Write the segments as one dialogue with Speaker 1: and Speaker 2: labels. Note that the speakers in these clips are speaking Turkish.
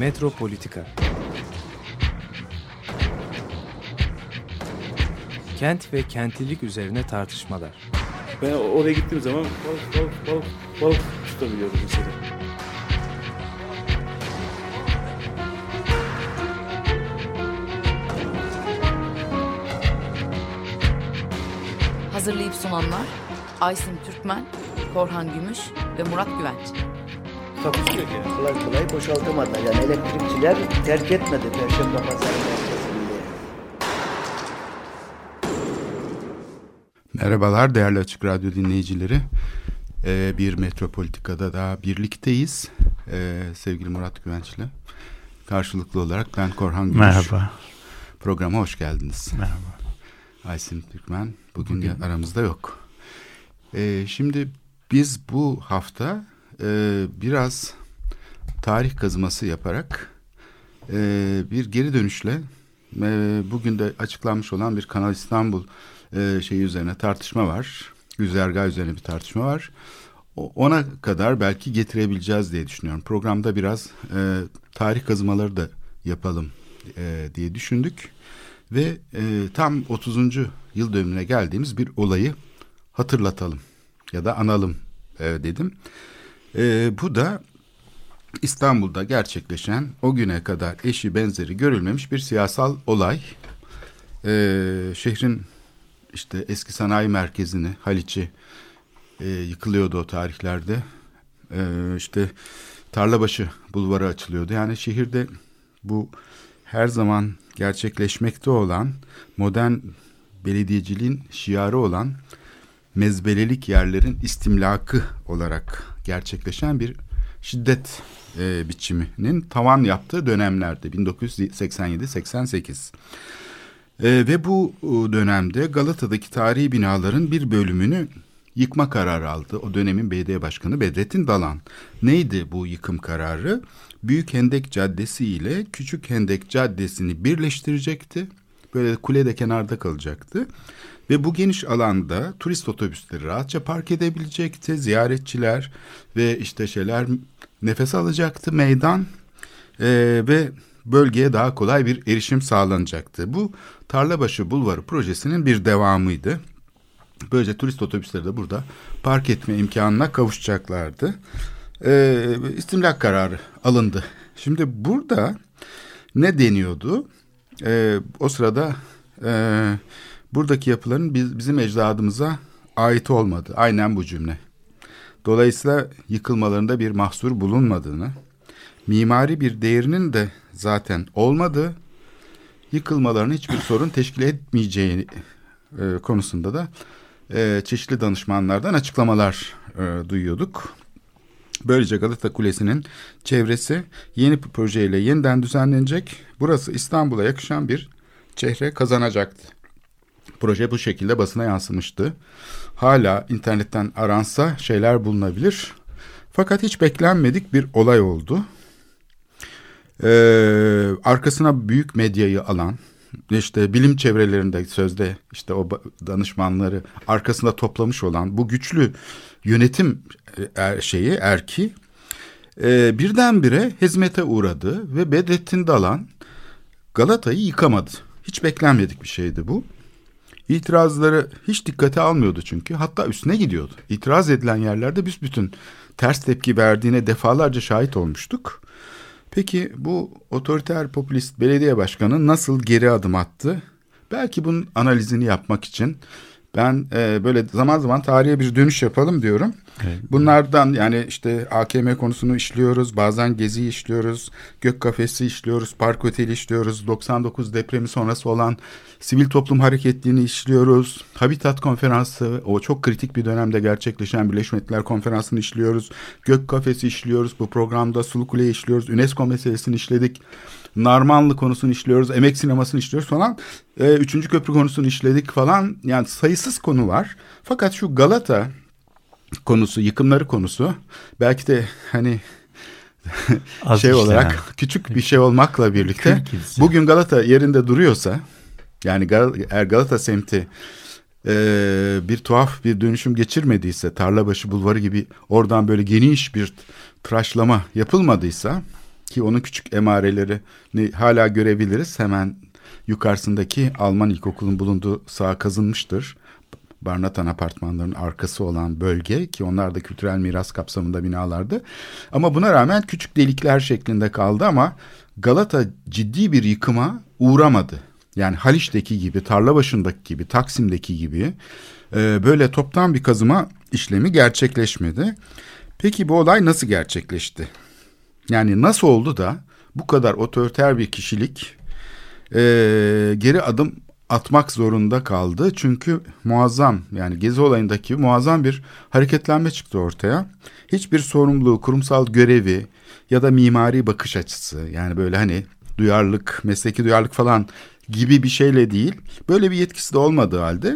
Speaker 1: Metropolitika. Kent ve kentlilik üzerine tartışmalar.
Speaker 2: Ben oraya gittiğim zaman balık tutabiliyorum mesela.
Speaker 3: Hazırlayıp sunanlar Aysim Türkmen, Korhan Gümüş ve Murat Güvenç.
Speaker 2: Takusu yok yani.
Speaker 4: Kolay kolay boşaltamadı. Yani elektrikçiler terk etmedi Perşembe Pazarı merkezini.
Speaker 5: Merhabalar değerli Açık Radyo dinleyicileri. Bir Metropolitika'da daha birlikteyiz. Sevgili Murat Güvenç'le. Karşılıklı olarak ben Korhan Gümüş.
Speaker 6: Merhaba.
Speaker 5: Programa hoş geldiniz.
Speaker 6: Merhaba.
Speaker 5: Aysim Türkmen bugün aramızda yok. Şimdi biz bu hafta biraz tarih kazıması yaparak bir geri dönüşle bugün de açıklanmış olan bir Kanal İstanbul şeyi üzerine tartışma var. Güzergah üzerine bir tartışma var. Ona kadar belki getirebileceğiz diye düşünüyorum. Programda biraz tarih kazımaları da yapalım diye düşündük. Ve tam 30. yıl dönümüne geldiğimiz bir olayı hatırlatalım ya da analım dedim. Bu da İstanbul'da gerçekleşen o güne kadar eşi benzeri görülmemiş bir siyasal olay. Şehrin işte eski sanayi merkezini, Haliç'i yıkılıyordu o tarihlerde. İşte Tarlabaşı bulvarı açılıyordu. Yani şehirde bu her zaman gerçekleşmekte olan modern belediyeciliğin şiarı olan mezbelelik yerlerin istimlakı olarak gerçekleşen bir şiddet biçiminin tavan yaptığı dönemlerde 1987-88. Ve bu dönemde Galata'daki tarihi binaların bir bölümünü yıkma kararı aldı. O dönemin belediye başkanı Bedrettin Dalan. Neydi bu yıkım kararı? Büyük Hendek Caddesi ile Küçük Hendek Caddesi'ni birleştirecekti. Böyle kule de kenarda kalacaktı. Ve bu geniş alanda turist otobüsleri rahatça park edebilecekti. Ziyaretçiler ve işte nefes alacaktı meydan. Ve bölgeye daha kolay bir erişim sağlanacaktı. Bu Tarlabaşı Bulvarı projesinin bir devamıydı. Böylece turist otobüsleri de burada park etme imkanına kavuşacaklardı. İstimlak kararı alındı. Şimdi burada ne deniyordu? O sırada buradaki yapıların bizim ecdadımıza ait olmadı. Aynen bu cümle. Dolayısıyla yıkılmalarında bir mahsur bulunmadığını, mimari bir değerinin de zaten olmadığı, yıkılmalarının hiçbir sorun teşkil etmeyeceği konusunda da çeşitli danışmanlardan açıklamalar duyuyorduk. Böylece Galata Kulesi'nin çevresi yeni bir projeyle yeniden düzenlenecek. Burası İstanbul'a yakışan bir çehre kazanacaktı. Proje bu şekilde basına yansımıştı. Hala internetten aransa şeyler bulunabilir. Fakat hiç beklenmedik bir olay oldu. Arkasına büyük medyayı alan, işte bilim çevrelerinde sözde işte o danışmanları arkasında toplamış olan bu güçlü yönetim erki birdenbire hizmete uğradı ve Bedrettin Dalan Galata'yı yıkamadı. Hiç beklenmedik bir şeydi bu. İtirazları hiç dikkate almıyordu çünkü. Hatta üstüne gidiyordu. İtiraz edilen yerlerde büsbütün ters tepki verdiğine defalarca şahit olmuştuk. Peki bu otoriter popülist belediye başkanı nasıl geri adım attı? Belki bunun analizini yapmak için ben böyle zaman zaman tarihe bir dönüş yapalım diyorum. Evet. Bunlardan yani işte AKM konusunu işliyoruz, bazen Gezi'yi işliyoruz, Gök Kafesi işliyoruz, Park Oteli işliyoruz, 99 depremi sonrası olan sivil toplum hareketliğini işliyoruz, Habitat Konferansı, o çok kritik bir dönemde gerçekleşen Birleşmiş Milletler Konferansı'nı işliyoruz, Gök Kafesi işliyoruz, bu programda Sulu Kule'yi işliyoruz, UNESCO meselesini işledik, Narmanlı konusunu işliyoruz, emek sinemasını işliyoruz falan, 3. köprü konusunu işledik falan, yani sayısız konu var. Fakat şu Galata konusu, yıkımları konusu belki de hani olarak küçük bir şey olmakla birlikte bugün Galata yerinde duruyorsa, yani eğer Galata semti bir tuhaf bir dönüşüm geçirmediyse, Tarlabaşı Bulvarı gibi oradan böyle geniş bir tıraşlama yapılmadıysa, ki onun küçük emarelerini hala görebiliriz. Hemen yukarısındaki Alman ilkokulun bulunduğu saha kazınmıştır. Barnatan apartmanlarının arkası olan bölge, ki onlar da kültürel miras kapsamında binalardı. Ama buna rağmen küçük delikler şeklinde kaldı, ama Galata ciddi bir yıkıma uğramadı. Yani Haliç'teki gibi, Tarlabaşı'ndaki gibi, Taksim'deki gibi böyle toptan bir kazıma işlemi gerçekleşmedi. Peki bu olay nasıl gerçekleşti? Yani nasıl oldu da bu kadar otoriter bir kişilik geri adım atmak zorunda kaldı? Çünkü muazzam, yani Gezi olayındaki muazzam bir hareketlenme çıktı ortaya. Hiçbir sorumluluğu, kurumsal görevi ya da mimari bakış açısı, yani böyle hani duyarlılık, mesleki duyarlılık falan gibi bir şeyle değil, böyle bir yetkisi de olmadığı halde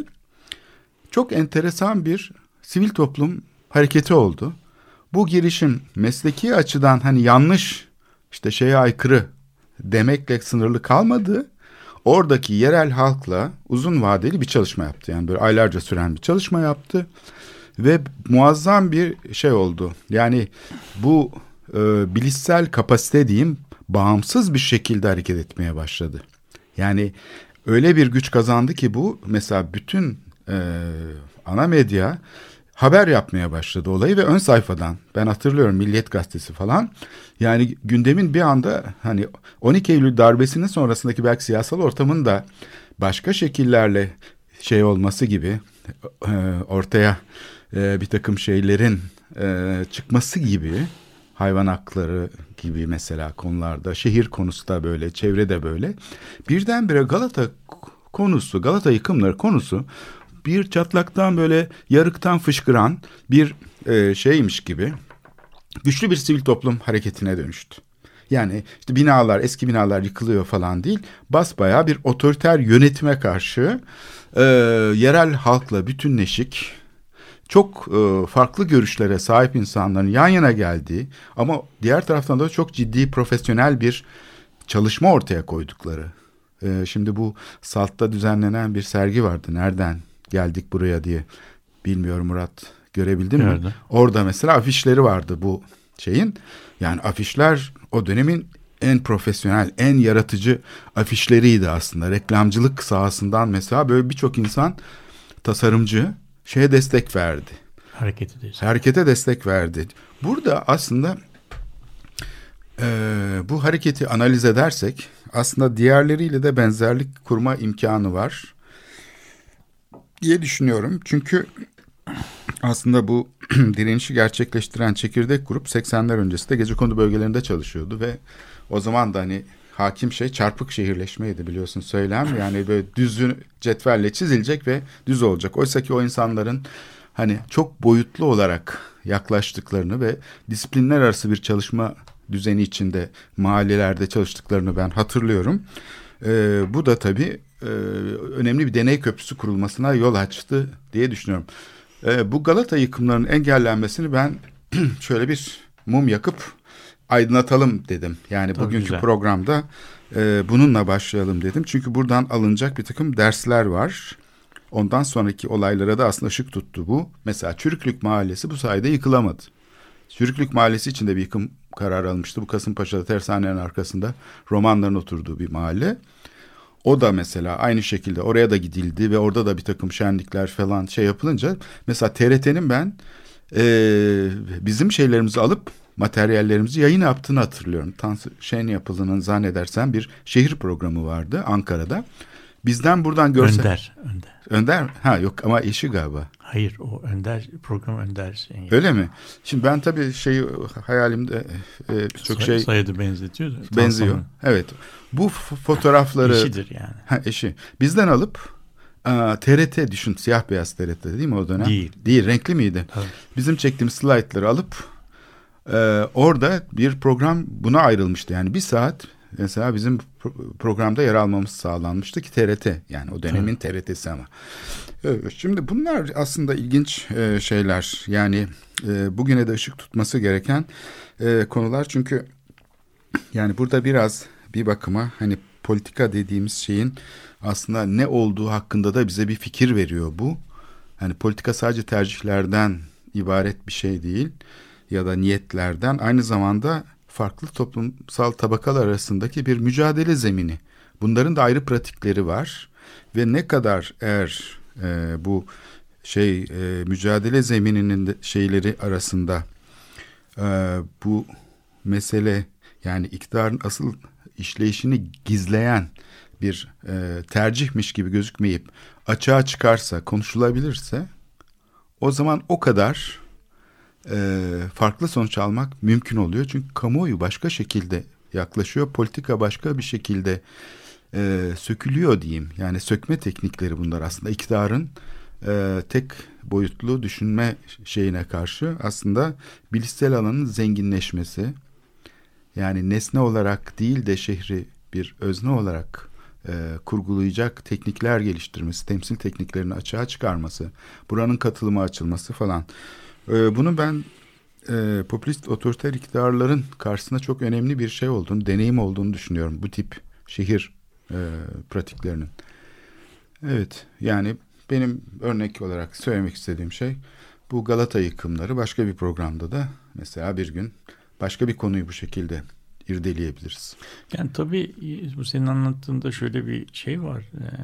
Speaker 5: çok enteresan bir sivil toplum hareketi oldu. Bu girişim mesleki açıdan hani yanlış, işte şeye aykırı demekle sınırlı kalmadı. Oradaki yerel halkla uzun vadeli bir çalışma yaptı. Yani böyle aylarca süren bir çalışma yaptı. Ve muazzam bir şey oldu. Yani bu bilişsel kapasite diyeyim, bağımsız bir şekilde hareket etmeye başladı. Yani öyle bir güç kazandı ki bu, mesela bütün ana medya haber yapmaya başladı olayı ve ön sayfadan. Ben hatırlıyorum, Milliyet Gazetesi falan. Yani gündemin bir anda hani 12 Eylül darbesinin sonrasındaki belki siyasal ortamın da başka şekillerle şey olması gibi, ortaya bir takım şeylerin çıkması gibi, hayvan hakları gibi mesela konularda, şehir konusu da böyle, çevre de böyle. Birdenbire Galata konusu, Galata yıkımları konusu bir çatlaktan, böyle yarıktan fışkıran bir şeymiş gibi güçlü bir sivil toplum hareketine dönüştü. Yani işte binalar, eski binalar yıkılıyor falan değil, basbayağı bir otoriter yönetime karşı yerel halkla bütünleşik, çok farklı görüşlere sahip insanların yan yana geldiği ama diğer taraftan da çok ciddi profesyonel bir çalışma ortaya koydukları. Şimdi bu SALT'ta düzenlenen bir sergi vardı. Nereden geldik buraya diye. Bilmiyorum, Murat görebildin mi? Orada mesela afişleri vardı bu şeyin. Yani afişler o dönemin en profesyonel, en yaratıcı afişleriydi aslında. Reklamcılık sahasından mesela böyle birçok insan, tasarımcı şeye destek verdi. Harekete destek verdi. Burada aslında bu hareketi analiz edersek aslında diğerleriyle de benzerlik kurma imkanı var diye düşünüyorum. Çünkü aslında bu direnişi gerçekleştiren çekirdek grup 80'ler öncesinde gecekondu bölgelerinde çalışıyordu ve o zaman da hani hakim şey çarpık şehirleşmeydi, biliyorsun söylem. Yani böyle düzü cetvelle çizilecek ve düz olacak. Oysa ki o insanların hani çok boyutlu olarak yaklaştıklarını ve disiplinler arası bir çalışma düzeni içinde mahallelerde çalıştıklarını ben hatırlıyorum. Bu da tabii önemli bir deney köprüsü kurulmasına yol açtı diye düşünüyorum. Bu Galata yıkımlarının engellenmesini ben şöyle bir mum yakıp aydınlatalım dedim. Yani tabii bugünkü güzel. Programda bununla başlayalım dedim. Çünkü buradan alınacak bir takım dersler var. Ondan sonraki olaylara da aslında ışık tuttu bu. Mesela Çürüklük Mahallesi bu sayede yıkılamadı. Çürüklük Mahallesi içinde bir yıkım kararı almıştı. Bu Kasımpaşa'da tersanenin arkasında romanların oturduğu bir mahalle. O da mesela aynı şekilde oraya da gidildi ve orada da bir takım şenlikler falan şey yapılınca mesela TRT'nin ben bizim şeylerimizi alıp materyallerimizi yayın yaptığını hatırlıyorum. Tansu Şenyapılı'nın zannedersem bir şehir programı vardı Ankara'da. Bizden buradan görsel... Önder mi? Ha yok, ama eşi galiba.
Speaker 6: Hayır, o Önder, program Önder.
Speaker 5: Öyle mi? Şimdi ben tabii hayalimde çok şey...
Speaker 6: Soyadı benzetiyor.
Speaker 5: Benziyor. Tamam. Evet. Bu fotoğrafları...
Speaker 6: Eşidir yani.
Speaker 5: Ha, eşi. Bizden alıp TRT, düşün, siyah beyaz TRT değil mi o dönem? Değil, renkli miydi? Tabii. Bizim çektiğimiz slaytları alıp orada bir program buna ayrılmıştı. Yani bir saat mesela bizim programda yer almamız sağlanmıştı ki TRT, yani o dönemin TRT'si ama. Şimdi bunlar aslında ilginç şeyler. Yani bugüne de ışık tutması gereken konular. Çünkü yani burada biraz bir bakıma hani politika dediğimiz şeyin aslında ne olduğu hakkında da bize bir fikir veriyor bu. Hani politika sadece tercihlerden ibaret bir şey değil ya da niyetlerden, aynı zamanda farklı toplumsal tabakalar arasındaki bir mücadele zemini. Bunların da ayrı pratikleri var ve ne kadar eğer bu mücadele zemininin de şeyleri arasında bu mesele, yani iktidarın asıl işleyişini gizleyen bir tercihmiş gibi gözükmeyip açığa çıkarsa, konuşulabilirse, o zaman o kadar farklı sonuç almak mümkün oluyor. Çünkü kamuoyu başka şekilde yaklaşıyor, politika başka bir şekilde sökülüyor diyeyim. Yani sökme teknikleri bunlar aslında. İktidarın tek boyutlu düşünme şeyine karşı aslında bilişsel alanın zenginleşmesi, yani nesne olarak değil de şehri bir özne olarak kurgulayacak teknikler geliştirmesi, temsil tekniklerini açığa çıkarması, buranın katılıma açılması falan. Bunu ben popülist otoriter iktidarların karşısında çok önemli bir şey olduğunu, deneyim olduğunu düşünüyorum bu tip şehir pratiklerinin. Evet, yani benim örnek olarak söylemek istediğim şey bu Galata yıkımları. Başka bir programda da mesela bir gün başka bir konuyu bu şekilde irdeleyebiliriz.
Speaker 6: Yani tabii bu senin anlattığında şöyle bir şey var.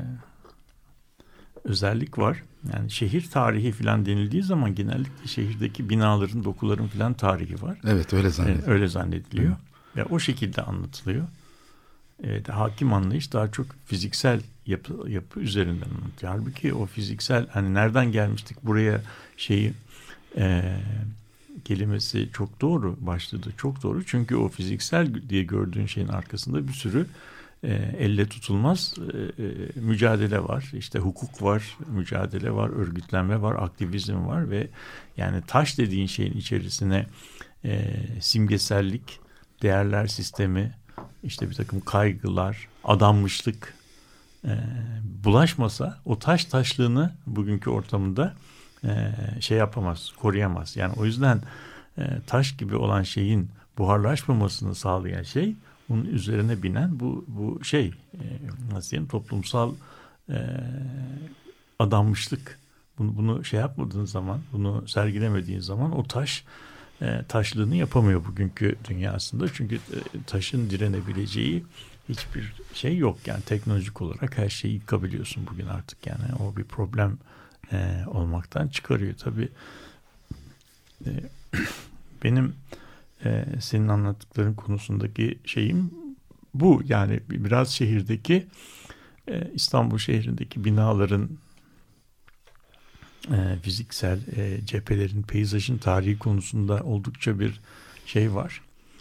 Speaker 6: Özellik var. Yani şehir tarihi falan denildiği zaman genellikle şehirdeki binaların, dokuların falan tarihi var.
Speaker 5: Evet, öyle zannediliyor.
Speaker 6: Öyle zannediliyor. Ve o şekilde anlatılıyor. Hakim anlayış daha çok fiziksel yapı üzerinden anlatıyor. Halbuki o fiziksel, hani nereden gelmiştik buraya kelimesi çok doğru, başladı çok doğru. Çünkü o fiziksel diye gördüğün şeyin arkasında bir sürü elle tutulmaz mücadele var. İşte hukuk var, mücadele var, örgütlenme var, aktivizm var ve yani taş dediğin şeyin içerisine simgesellik, değerler sistemi, işte bir takım kaygılar, adanmışlık bulaşmasa o taşlığını bugünkü ortamında yapamaz, koruyamaz. Yani o yüzden taş gibi olan şeyin buharlaşmamasını sağlayan şey, bunun üzerine binen bu nasıl diyeyim, toplumsal adanmışlık. Bunu yapmadığın zaman, bunu sergilemediğin zaman o taş taşlığını yapamıyor bugünkü dünyasında. Çünkü taşın direnebileceği hiçbir şey yok. Yani teknolojik olarak her şeyi yıkabiliyorsun bugün artık. Yani o bir problem olmaktan çıkarıyor. Tabii benim senin anlattıkların konusundaki şeyim bu. Yani biraz şehirdeki İstanbul şehrindeki binaların fiziksel cephelerin, peyzajın tarihi konusunda oldukça bir şey var.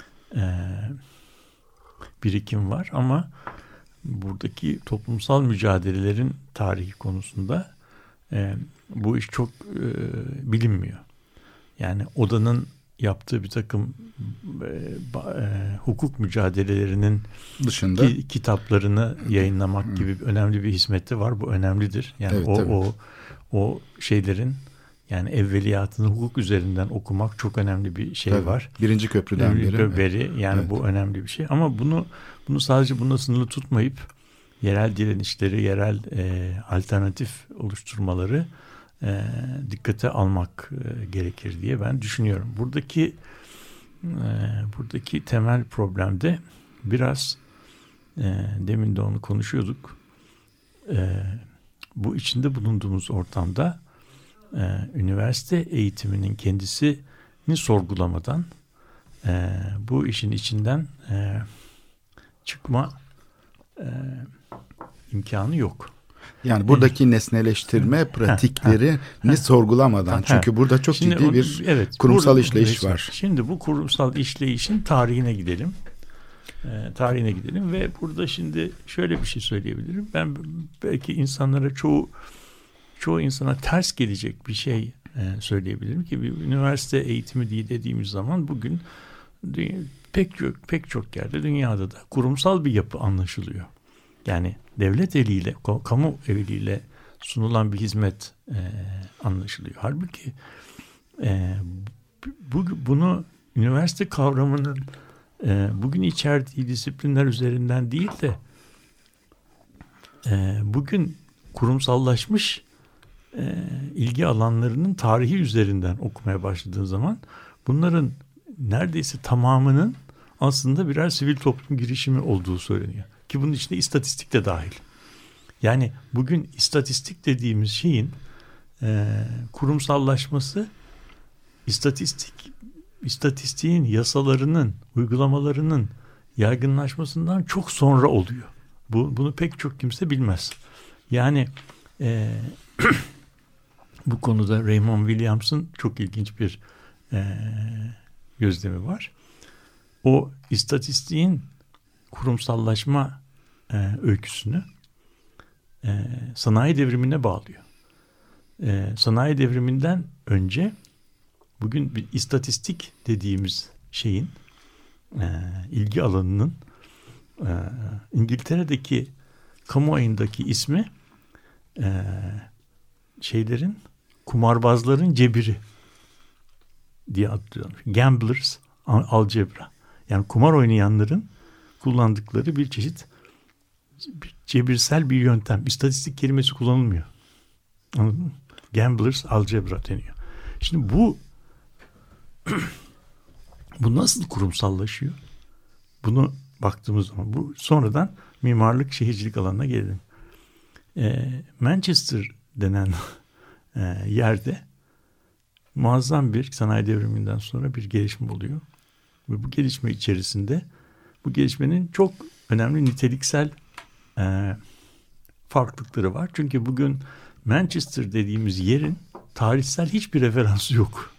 Speaker 6: Birikim var ama buradaki toplumsal mücadelelerin tarihi konusunda bu iş çok bilinmiyor. Yani odanın yaptığı bir takım hukuk mücadelelerinin dışında kitaplarını yayınlamak gibi önemli bir hizmeti var. Bu önemlidir. Yani evet, o şeylerin, yani evveliyatını hukuk üzerinden okumak çok önemli bir şey. Tabii, var.
Speaker 5: Birinci köprüden
Speaker 6: beri. Yani evet, bu önemli bir şey. Ama bunu sadece buna sınırlı tutmayıp yerel direnişleri, yerel alternatif oluşturmaları dikkate almak gerekir diye ben düşünüyorum. Buradaki temel problem de biraz demin de onu konuşuyorduk. Bu içinde bulunduğumuz ortamda üniversite eğitiminin kendisini sorgulamadan bu işin içinden çıkma imkanı yok.
Speaker 5: Yani buradaki nesneleştirme pratiklerini sorgulamadan. Çünkü burada çok ciddi bir kurumsal işleyiş var.
Speaker 6: Şimdi bu kurumsal işleyişin tarihine gidelim. Ve burada şimdi şöyle bir şey söyleyebilirim. Ben belki insanlara çoğu insana ters gelecek bir şey söyleyebilirim ki bir üniversite eğitimi diye dediğimiz zaman bugün pek çok yerde dünyada da kurumsal bir yapı anlaşılıyor. Yani devlet eliyle, kamu eliyle sunulan bir hizmet anlaşılıyor. Halbuki bunu üniversite kavramının bugün içerdiği disiplinler üzerinden değil de bugün kurumsallaşmış ilgi alanlarının tarihi üzerinden okumaya başladığın zaman bunların neredeyse tamamının aslında birer sivil toplum girişimi olduğu söyleniyor. Ki bunun içinde istatistik de dahil. Yani bugün istatistik dediğimiz şeyin kurumsallaşması istatistiğin yasalarının, uygulamalarının yaygınlaşmasından çok sonra oluyor. Bunu pek çok kimse bilmez. Yani bu konuda Raymond Williams'ın çok ilginç bir gözlemi var. O istatistiğin kurumsallaşma öyküsünü sanayi devrimine bağlıyor. Sanayi devriminden önce bugün bir istatistik dediğimiz şeyin ilgi alanının İngiltere'deki kamuoyundaki ismi kumarbazların cebiri diye adlandırılıyor. Gamblers algebra. Yani kumar oynayanların kullandıkları bir çeşit cebirsel bir yöntem. İstatistik kelimesi kullanılmıyor. Anladın mı? Gamblers algebra deniyor. Şimdi bu nasıl kurumsallaşıyor? Bunu baktığımız zaman bu sonradan mimarlık, şehircilik alanına gelelim. Manchester denen yerde muazzam bir sanayi devriminden sonra bir gelişme oluyor. Ve bu gelişme içerisinde bu gelişmenin çok önemli niteliksel farklılıkları var. Çünkü bugün Manchester dediğimiz yerin tarihsel hiçbir referansı yok.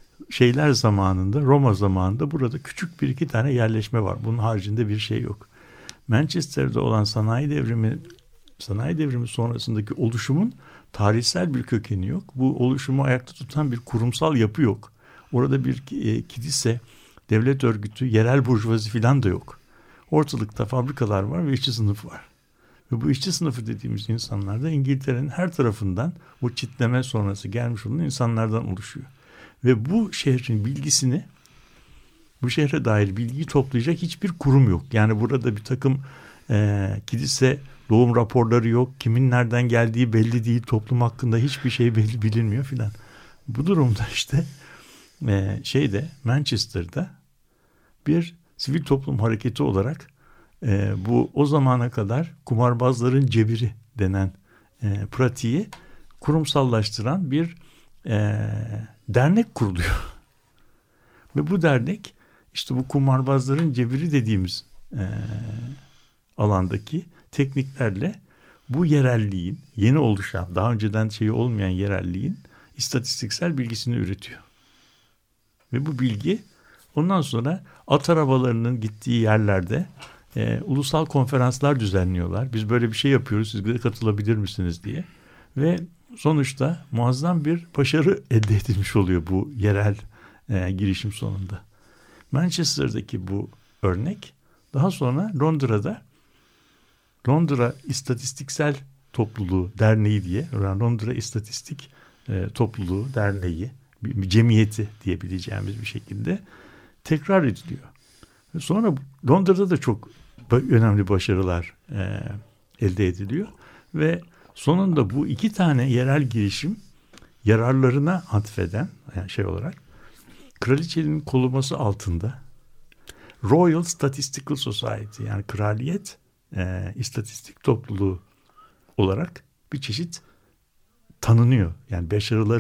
Speaker 6: Roma zamanında burada küçük bir iki tane yerleşme var. Bunun haricinde bir şey yok. Manchester'da olan sanayi devrimi sonrasındaki oluşumun tarihsel bir kökeni yok. Bu oluşumu ayakta tutan bir kurumsal yapı yok. Orada bir kilise, devlet örgütü, yerel burjuvazi filan da yok. Ortalıkta fabrikalar var ve işçi sınıfı var. Ve bu işçi sınıfı dediğimiz insanlar da İngiltere'nin her tarafından bu çitleme sonrası gelmiş olan insanlardan oluşuyor. Ve bu şehrin bilgisini, bu şehre dair bilgiyi toplayacak hiçbir kurum yok. Yani burada bir takım kilise doğum raporları yok. Kimin nereden geldiği belli değil. Toplum hakkında hiçbir şey bilinmiyor filan. Bu durumda işte Manchester'da bir sivil toplum hareketi olarak bu o zamana kadar kumarbazların cebiri denen pratiği kurumsallaştıran bir dernek kuruluyor. Ve bu dernek işte bu kumarbazların cebiri dediğimiz alandaki tekniklerle bu yerelliğin, yeni oluşan, daha önceden olmayan yerelliğin istatistiksel bilgisini üretiyor. Ve bu bilgi ondan sonra at arabalarının gittiği yerlerde ulusal konferanslar düzenliyorlar. Biz böyle bir şey yapıyoruz, siz de katılabilir misiniz diye. Ve sonuçta muazzam bir başarı elde edilmiş oluyor bu yerel girişim sonunda. Manchester'daki bu örnek daha sonra Londra İstatistiksel Topluluğu Derneği diye, Londra İstatistik Topluluğu Derneği, bir cemiyeti diyebileceğimiz bir şekilde tekrar ediliyor. Sonra Londra'da da çok önemli başarılar elde ediliyor ve sonunda bu iki tane yerel girişim yararlarına atfeden olarak kraliçenin koruması altında Royal Statistical Society, yani kraliyet istatistik topluluğu olarak bir çeşit tanınıyor. Yani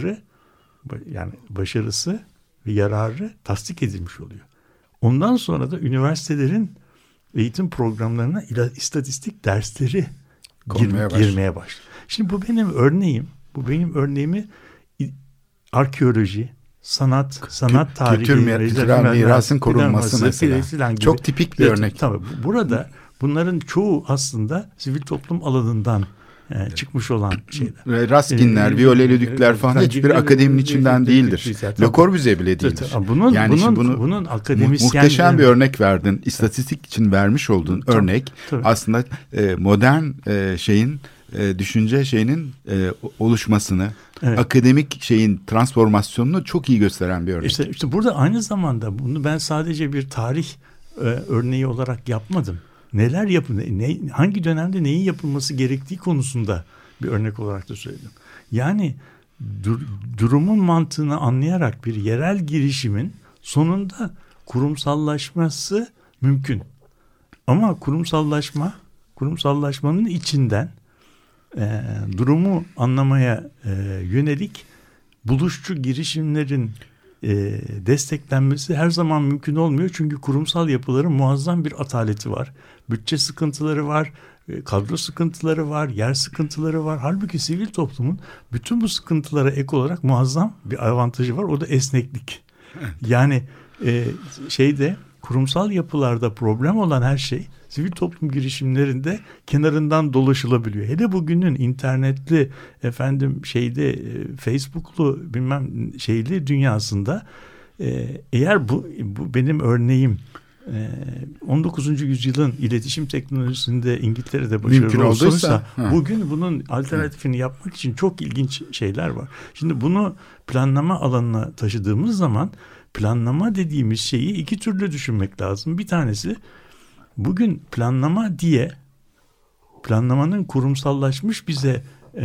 Speaker 6: başarısı ve yararı tasdik edilmiş oluyor. Ondan sonra da üniversitelerin eğitim programlarına istatistik dersleri girmeye başladı. Şimdi bu benim örneğim. Bu benim örneğimi arkeoloji, sanat tarihi,
Speaker 5: kültürel mirasın korunması mesela. Çok tipik bir örnek.
Speaker 6: Tabii burada bunların çoğu aslında sivil toplum alanından çıkmış olan şeyler.
Speaker 5: Raskinler, Viollet-le-Duc'ler falan hiçbir akademinin içinden değildir. Le Corbusier bile değildir.
Speaker 6: Bunun akademisyen
Speaker 5: muhteşem bir örnek verdin. İstatistik için vermiş olduğun örnek aslında modern düşünce oluşmasını, akademik transformasyonunu çok iyi gösteren bir örnek.
Speaker 6: İşte burada aynı zamanda bunu ben sadece bir tarih örneği olarak yapmadım. Neler hangi dönemde neyin yapılması gerektiği konusunda bir örnek olarak da söyledim. Yani durumun mantığını anlayarak bir yerel girişimin sonunda kurumsallaşması mümkün. Ama kurumsallaşmanın içinden durumu anlamaya yönelik buluşçu girişimlerin desteklenmesi her zaman mümkün olmuyor. Çünkü kurumsal yapıların muazzam bir ataleti var. Bütçe sıkıntıları var, kadro sıkıntıları var, yer sıkıntıları var. Halbuki sivil toplumun bütün bu sıkıntılara ek olarak muazzam bir avantajı var. O da esneklik. Evet. Yani kurumsal yapılarda problem olan her şey sivil toplum girişimlerinde kenarından dolaşılabiliyor. Hele bugünün internetli Facebook'lu dünyasında eğer bu benim örneğim 19. yüzyılın iletişim teknolojisinde İngiltere'de başarılı olursa bugün bunun alternatifini yapmak için çok ilginç şeyler var. Şimdi bunu planlama alanına taşıdığımız zaman planlama dediğimiz şeyi iki türlü düşünmek lazım. Bir tanesi bugün planlamanın kurumsallaşmış bize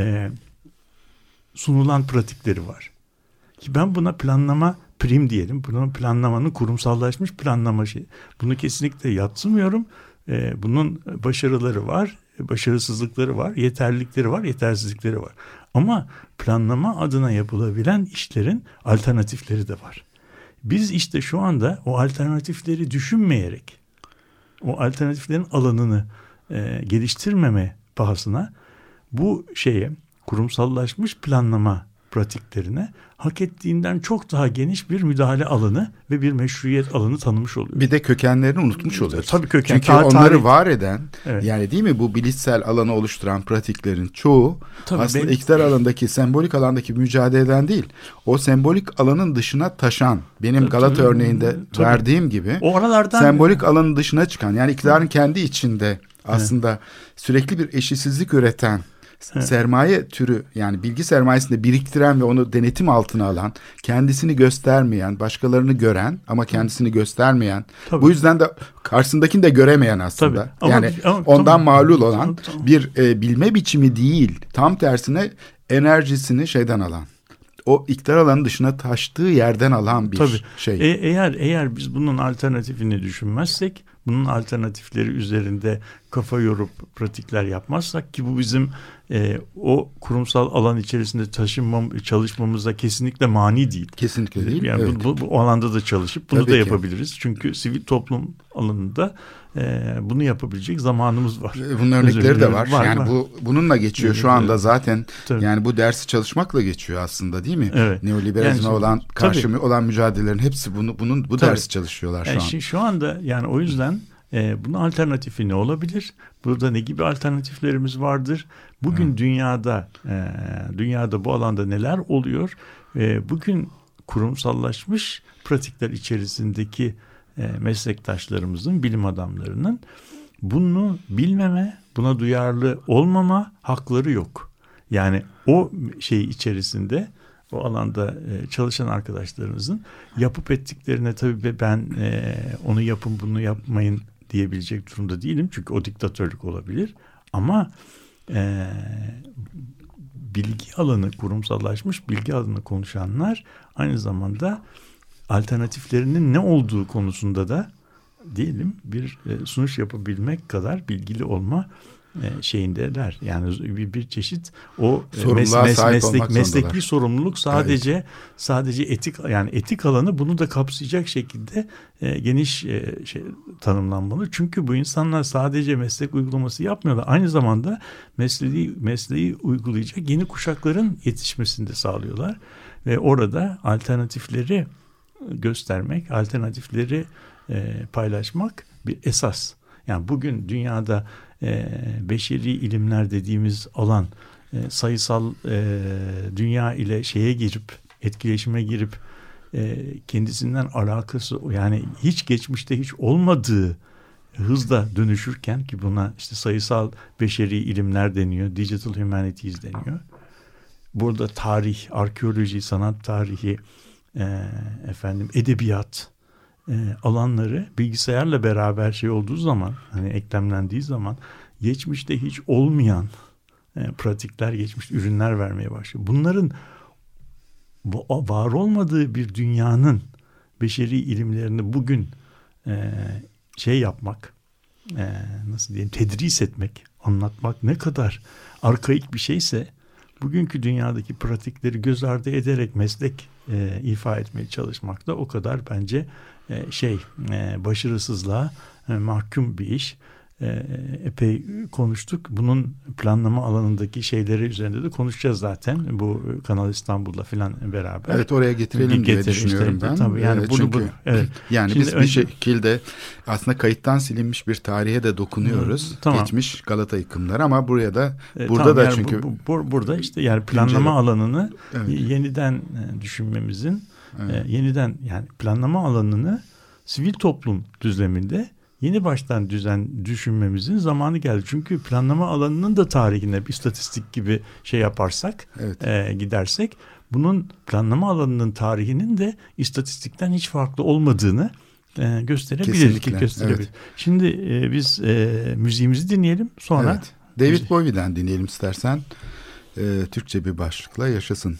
Speaker 6: sunulan pratikleri var. Ki ben buna planlama prim diyelim. Bunun planlamanın kurumsallaşmış planlama şeyi. Bunu kesinlikle yadsımıyorum. Bunun başarıları var, başarısızlıkları var, yeterlilikleri var, yetersizlikleri var. Ama planlama adına yapılabilen işlerin alternatifleri de var. Biz işte şu anda o alternatifleri düşünmeyerek, o alternatiflerin alanını geliştirmeme pahasına bu kurumsallaşmış planlama pratiklerine hak ettiğinden çok daha geniş bir müdahale alanı ve bir meşruiyet alanı tanımış oluyor.
Speaker 5: Bir de kökenlerini unutmuş oluyoruz.
Speaker 6: Tabii
Speaker 5: çünkü onları var eden, yani değil mi, bu bilişsel alanı oluşturan pratiklerin çoğu aslında iktidar alanındaki, sembolik alandaki mücadeleden değil, o sembolik alanın dışına taşan, benim Galata örneğinde verdiğim gibi sembolik alanın dışına çıkan, yani iktidarın kendi içinde aslında sürekli bir eşitsizlik üreten sermaye türü, yani bilgi sermayesini biriktiren ve onu denetim altına alan, kendisini göstermeyen, başkalarını gören ama kendisini göstermeyen, bu yüzden de karşısındakini de göremeyen aslında. Ondan mağlul olan bir bilme biçimi değil, tam tersine enerjisini alan, o iktidar alanının dışına taştığı yerden alan bir şey.
Speaker 6: Eğer biz bunun alternatifini düşünmezsek, bunun alternatifleri üzerinde kafa yorup pratikler yapmazsak, ki bu bizim o kurumsal alan içerisinde çalışmamıza kesinlikle mani değil.
Speaker 5: Kesinlikle değil.
Speaker 6: Yani bu alanda da çalışıp bunu da yapabiliriz. Çünkü sivil toplum alanında bunu yapabilecek zamanımız var.
Speaker 5: Bunun örnekleri de var. Yani bununla geçiyor şu anda zaten. Yani bu dersi çalışmakla geçiyor aslında, değil mi?
Speaker 6: Evet.
Speaker 5: Neoliberalizme olan karşı olan mücadelelerin hepsi bu dersi çalışıyorlar şu an.
Speaker 6: Şu anda yani o yüzden bunun alternatifi ne olabilir? Burada ne gibi alternatiflerimiz vardır? Bugün dünyada bu alanda neler oluyor? Bugün kurumsallaşmış pratikler içerisindeki meslektaşlarımızın, bilim adamlarının bunu bilmeme, buna duyarlı olmama hakları yok. Yani o içerisinde, o alanda çalışan arkadaşlarımızın yapıp ettiklerine tabii ben onu yapın, bunu yapmayın diyebilecek durumda değilim. Çünkü o diktatörlük olabilir. Ama bilgi alanı, kurumsallaşmış bilgi alanı konuşanlar aynı zamanda alternatiflerinin ne olduğu konusunda da diyelim bir sunuş yapabilmek kadar bilgili olma şeyindeler. Yani bir çeşit o mesleki sorumluluk sadece etik, yani etik alanı bunu da kapsayacak şekilde geniş tanımlanmalı. Çünkü bu insanlar sadece meslek uygulaması yapmıyorlar. Aynı zamanda mesleği uygulayacak yeni kuşakların yetişmesini de sağlıyorlar. Ve orada alternatifleri göstermek, alternatifleri paylaşmak bir esas. Yani bugün dünyada beşeri ilimler dediğimiz alan sayısal dünya ile etkileşime girip kendisinden alakası, yani hiç geçmişte hiç olmadığı hızla dönüşürken, ki buna sayısal beşeri ilimler deniyor, digital humanities deniyor. Burada tarih, arkeoloji, sanat tarihi, edebiyat alanları bilgisayarla beraber olduğu zaman, eklemlendiği zaman geçmişte hiç olmayan pratikler, geçmiş ürünler vermeye başlıyor. Bunların var olmadığı bir dünyanın beşeri ilimlerini bugün şey yapmak, nasıl diyeyim, tedris etmek, anlatmak ne kadar arkaik bir şeyse, bugünkü dünyadaki pratikleri göz ardı ederek meslek ifa etmeye çalışmak da o kadar bence başarısızlığa mahkum bir iş. Epey konuştuk. Bunun planlama alanındaki şeyleri üzerinde de konuşacağız zaten. Bu Kanal İstanbul'la falan beraber.
Speaker 5: Evet, oraya getirelim diye düşünüyorum ben.
Speaker 6: Tabii yani
Speaker 5: evet. Yani
Speaker 6: şimdi
Speaker 5: biz bir şekilde aslında kayıttan silinmiş bir tarihe de dokunuyoruz.
Speaker 6: Tamam.
Speaker 5: Geçmiş Galata yıkımları ama buraya da burada da
Speaker 6: yani
Speaker 5: çünkü
Speaker 6: burada işte yani planlama alanını
Speaker 5: evet.
Speaker 6: yeniden düşünmemizin
Speaker 5: evet.
Speaker 6: Yeniden yani planlama alanını sivil toplum düzleminde yeni baştan düşünmemizin zamanı geldi. Çünkü planlama alanının da tarihine bir istatistik gibi şey yaparsak,
Speaker 5: evet.
Speaker 6: Gidersek, bunun planlama alanının tarihinin de istatistikten hiç farklı olmadığını gösterebilir.
Speaker 5: Evet.
Speaker 6: Şimdi biz müziğimizi dinleyelim. Sonra
Speaker 5: evet. David Bowie'den dinleyelim istersen. Türkçe bir başlıkla Yaşasın.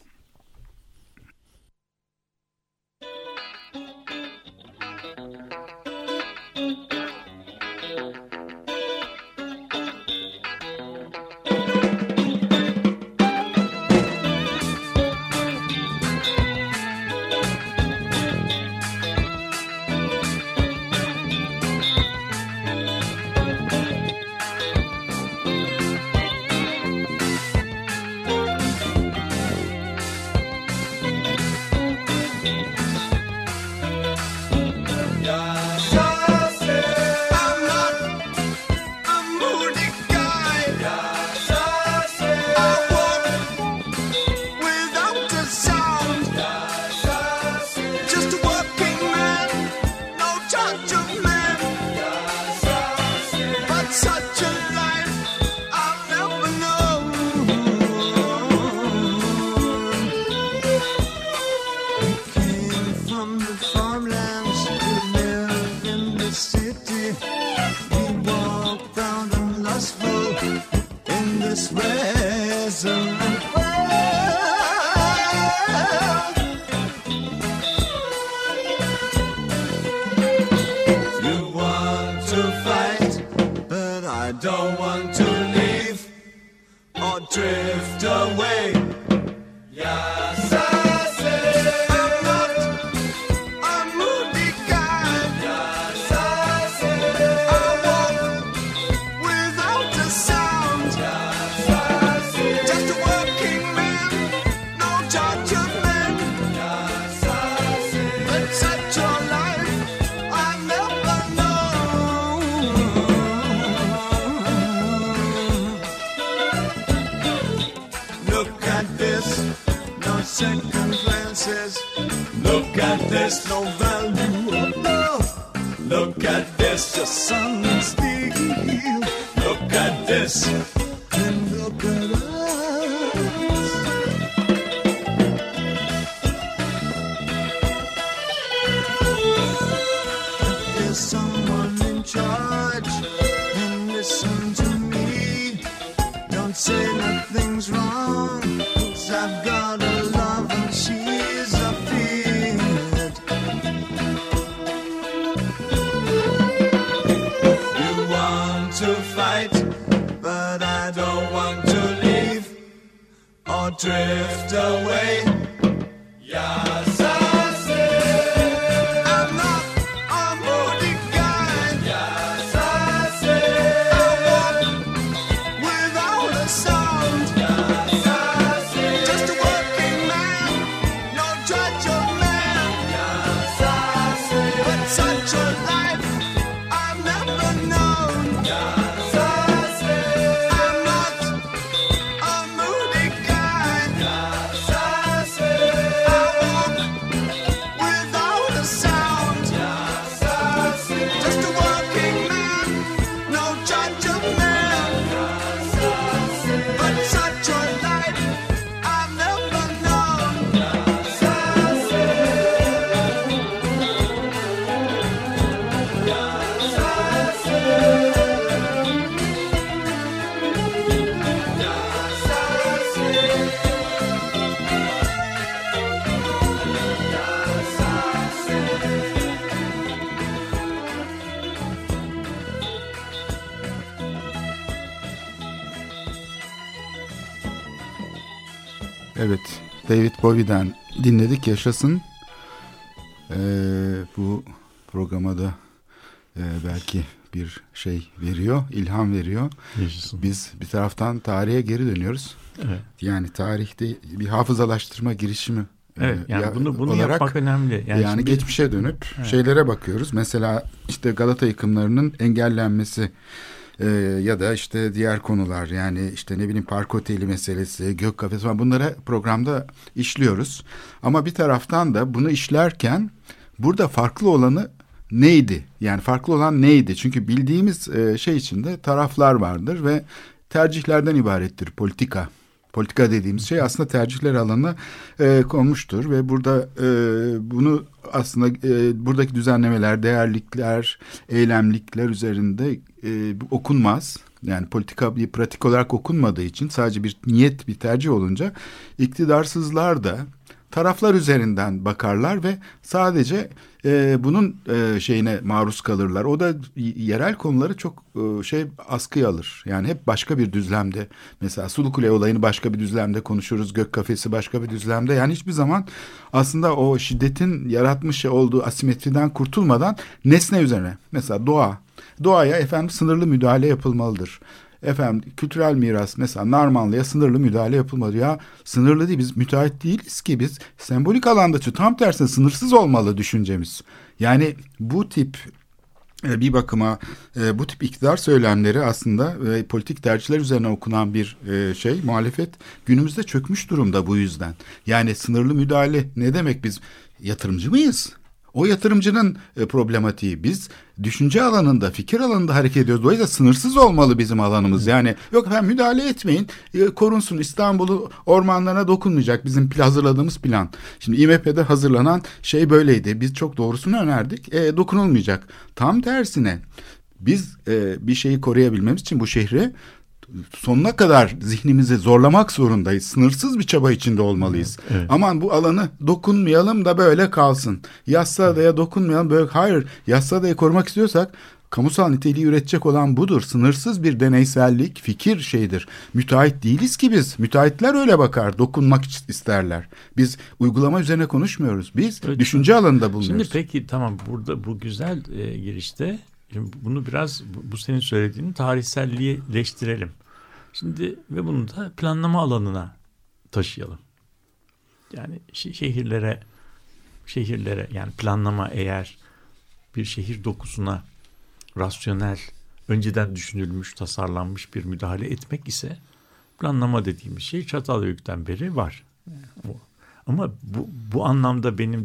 Speaker 7: Drift away. Yes,
Speaker 5: Evet, David Bowie'den dinledik, Yaşasın. Bu programa da belki bir şey veriyor, ilham veriyor.
Speaker 6: Yaşasın.
Speaker 5: Biz bir taraftan tarihe geri dönüyoruz.
Speaker 6: Evet.
Speaker 5: Yani tarihte bir hafızalaştırma girişimi.
Speaker 6: Evet, yani bunu
Speaker 5: olarak,
Speaker 6: yapmak önemli. Yani
Speaker 5: şimdi geçmişe dönüp şeylere bakıyoruz. Mesela işte Galata yıkımlarının engellenmesi ya da işte diğer konular, yani işte ne bileyim Park Oteli meselesi, Gök Kafesi falan, bunları programda işliyoruz. Ama bir taraftan da bunu işlerken burada farklı olanı neydi? Yani farklı olan neydi? Çünkü bildiğimiz şey içinde taraflar vardır ve tercihlerden ibarettir politika. Politika dediğimiz şey aslında tercihler alanına konmuştur ve burada bunu aslında buradaki düzenlemeler, değerlikler, eylemlikler üzerinde okunmaz. Yani politika bir pratik olarak okunmadığı için, sadece bir niyet, bir tercih olunca iktidarsızlar da taraflar üzerinden bakarlar ve sadece bunun şeyine maruz kalırlar. O da yerel konuları çok askıya alır. Yani hep başka bir düzlemde. Mesela Sulukule olayını başka bir düzlemde konuşuruz. Gök Kafesi başka bir düzlemde. Yani hiçbir zaman aslında o şiddetin yaratmış olduğu asimetriden kurtulmadan nesne üzerine. Mesela doğaya sınırlı müdahale yapılmalıdır. Kültürel miras, mesela Narmanlı'ya sınırlı müdahale yapılmadı. Ya sınırlı değil, biz müteahhit değiliz ki, biz sembolik alanda, tam tersine sınırsız olmalı düşüncemiz. Yani bu tip bir bakıma bu tip iktidar söylemleri aslında politik tercihler üzerine okunan bir muhalefet günümüzde çökmüş durumda bu yüzden. Yani sınırlı müdahale ne demek, biz yatırımcı mıyız? O yatırımcının problematiği, biz düşünce alanında, fikir alanında hareket ediyoruz. Dolayısıyla sınırsız olmalı bizim alanımız. Yani yok müdahale etmeyin, korunsun, İstanbul'u ormanlarına dokunmayacak bizim hazırladığımız plan. Şimdi IMF'de hazırlanan şey böyleydi. Biz çok doğrusunu önerdik. Dokunulmayacak. Tam tersine biz bir şeyi koruyabilmemiz için bu şehri sonuna kadar zihnimizi zorlamak zorundayız. Sınırsız bir çaba içinde olmalıyız.
Speaker 6: Evet.
Speaker 5: Aman bu alanı dokunmayalım da böyle kalsın. Yassıada'ya dokunmayalım böyle. Hayır, Yassıada'yı korumak istiyorsak kamusal niteliği üretecek olan budur. Sınırsız bir deneysellik, fikir şeyidir. Müteahhit değiliz ki biz. Müteahhitler öyle bakar, dokunmak isterler. Biz uygulama üzerine konuşmuyoruz. Biz düşünce alanında bulunuyoruz.
Speaker 6: Şimdi peki tamam, burada bu güzel girişte şimdi bunu biraz bu senin söylediğini tarihselleştirelim. Şimdi ve bunu da planlama alanına taşıyalım. Yani şehirlere yani planlama, eğer bir şehir dokusuna rasyonel, önceden düşünülmüş, tasarlanmış bir müdahale etmek ise, planlama dediğimiz şey Çatalhöyük'ten beri var. Ama bu anlamda benim